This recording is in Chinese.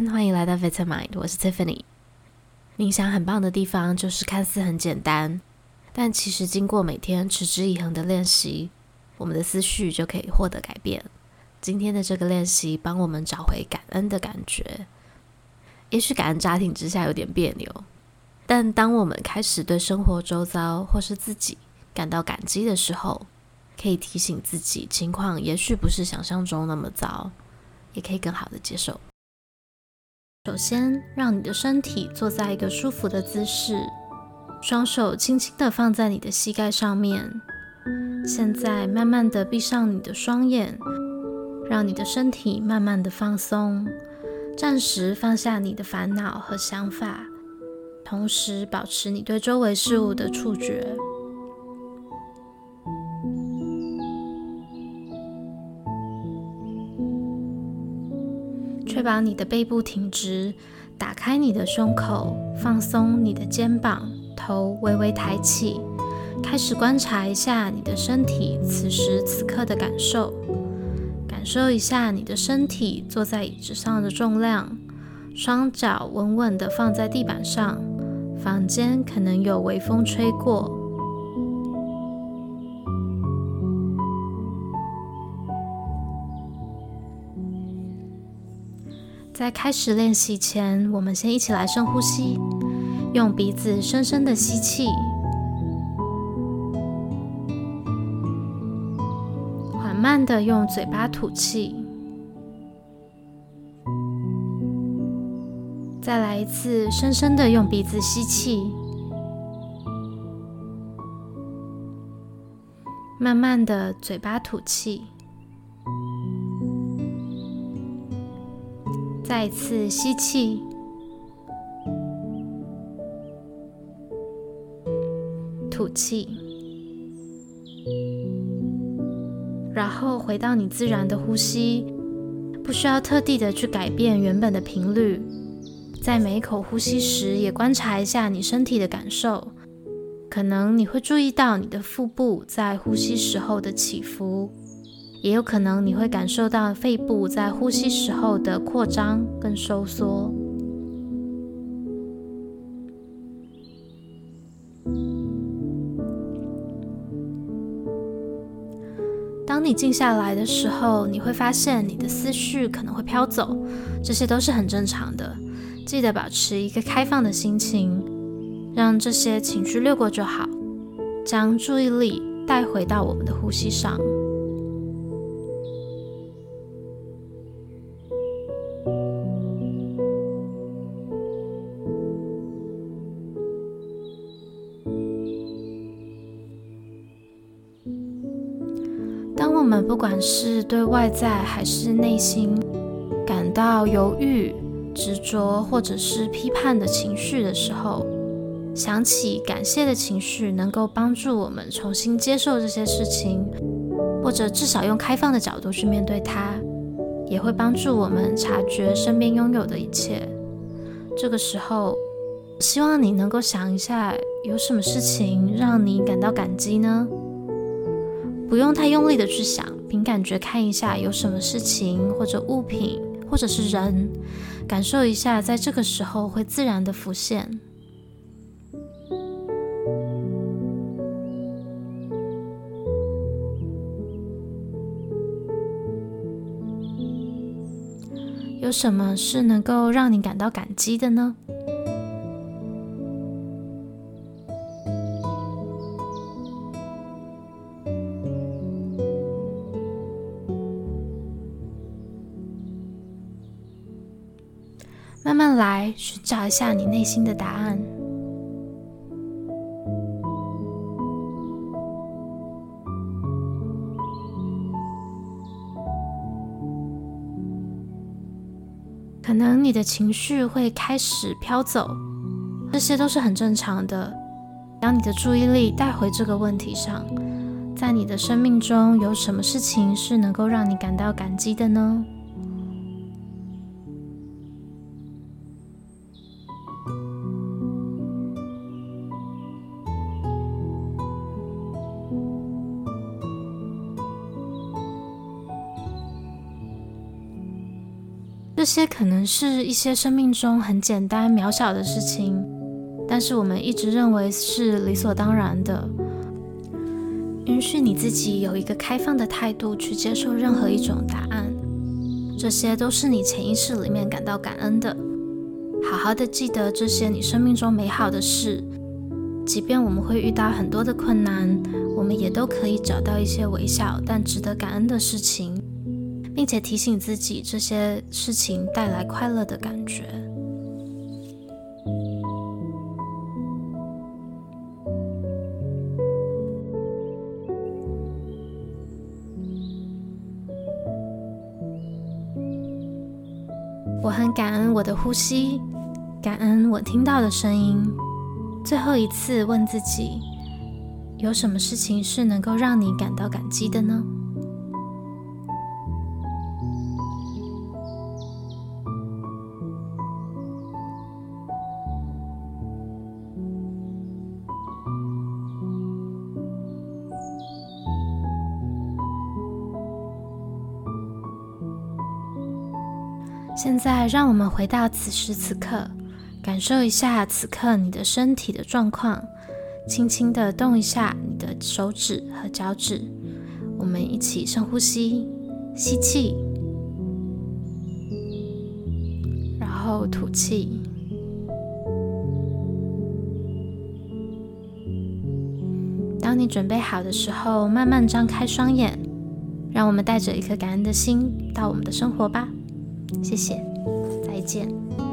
安，欢迎来到 Vitamind， 我是 Tiffany。冥想很棒的地方就是看似很简单，但其实经过每天持之以恒的练习，我们的思绪就可以获得改变。今天的这个练习帮我们找回感恩的感觉。也许感恩乍听之下有点别扭，但当我们开始对生活周遭或是自己感到感激的时候，可以提醒自己情况也许不是想象中那么糟，也可以更好的接受。首先，让你的身体坐在一个舒服的姿势，双手轻轻地放在你的膝盖上面。现在慢慢地闭上你的双眼，让你的身体慢慢地放松，暂时放下你的烦恼和想法，同时保持你对周围事物的触觉。确保你的背部挺直，打开你的胸口，放松你的肩膀，头微微抬起，开始观察一下你的身体此时此刻的感受。感受一下你的身体坐在椅子上的重量，双脚稳稳地放在地板上，房间可能有微风吹过。在开始练习前，我们先一起来深呼吸，用鼻子深深的吸气，缓慢的用嘴巴吐气。再来一次，深深的用鼻子吸气，慢慢的嘴巴吐气。再一次吸气，吐气，然后回到你自然的呼吸，不需要特地的去改变原本的频率。在每一口呼吸时，也观察一下你身体的感受，可能你会注意到你的腹部在呼吸时候的起伏，也有可能你会感受到肺部在呼吸时候的扩张跟收缩。当你静下来的时候，你会发现你的思绪可能会飘走，这些都是很正常的。记得保持一个开放的心情，让这些情绪掠过就好，将注意力带回到我们的呼吸上。当我们不管是对外在还是内心感到犹豫、执着或者是批判的情绪的时候，想起感谢的情绪能够帮助我们重新接受这些事情，或者至少用开放的角度去面对它，也会帮助我们察觉身边拥有的一切。这个时候，希望你能够想一下，有什么事情让你感到感激呢？不用太用力的去想，凭感觉看一下有什么事情或者物品或者是人，感受一下在这个时候会自然的浮现。有什么是能够让你感到感激的呢？慢慢来，寻找一下你内心的答案。可能你的情绪会开始飘走，这些都是很正常的。将你的注意力带回这个问题上，在你的生命中有什么事情是能够让你感到感激的呢？ 这些可能是一些生命中很简单渺小的事情，但是我们一直认为是理所当然的。允许你自己有一个开放的态度去接受任何一种答案，这些都是你潜意识里面感到感恩的。好好的记得这些你生命中美好的事，即便我们会遇到很多的困难，我们也都可以找到一些微小但值得感恩的事情，并且提醒自己这些事情带来快乐的感觉。我很感恩我的呼吸，感恩我听到的声音。最后一次问自己，有什么事情是能够让你感到感激的呢？现在让我们回到此时此刻，感受一下此刻你的身体的状况，轻轻地动一下你的手指和脚趾。我们一起深呼吸，吸气，然后吐气。当你准备好的时候，慢慢张开双眼，让我们带着一颗感恩的心到我们的生活吧。谢谢，再见。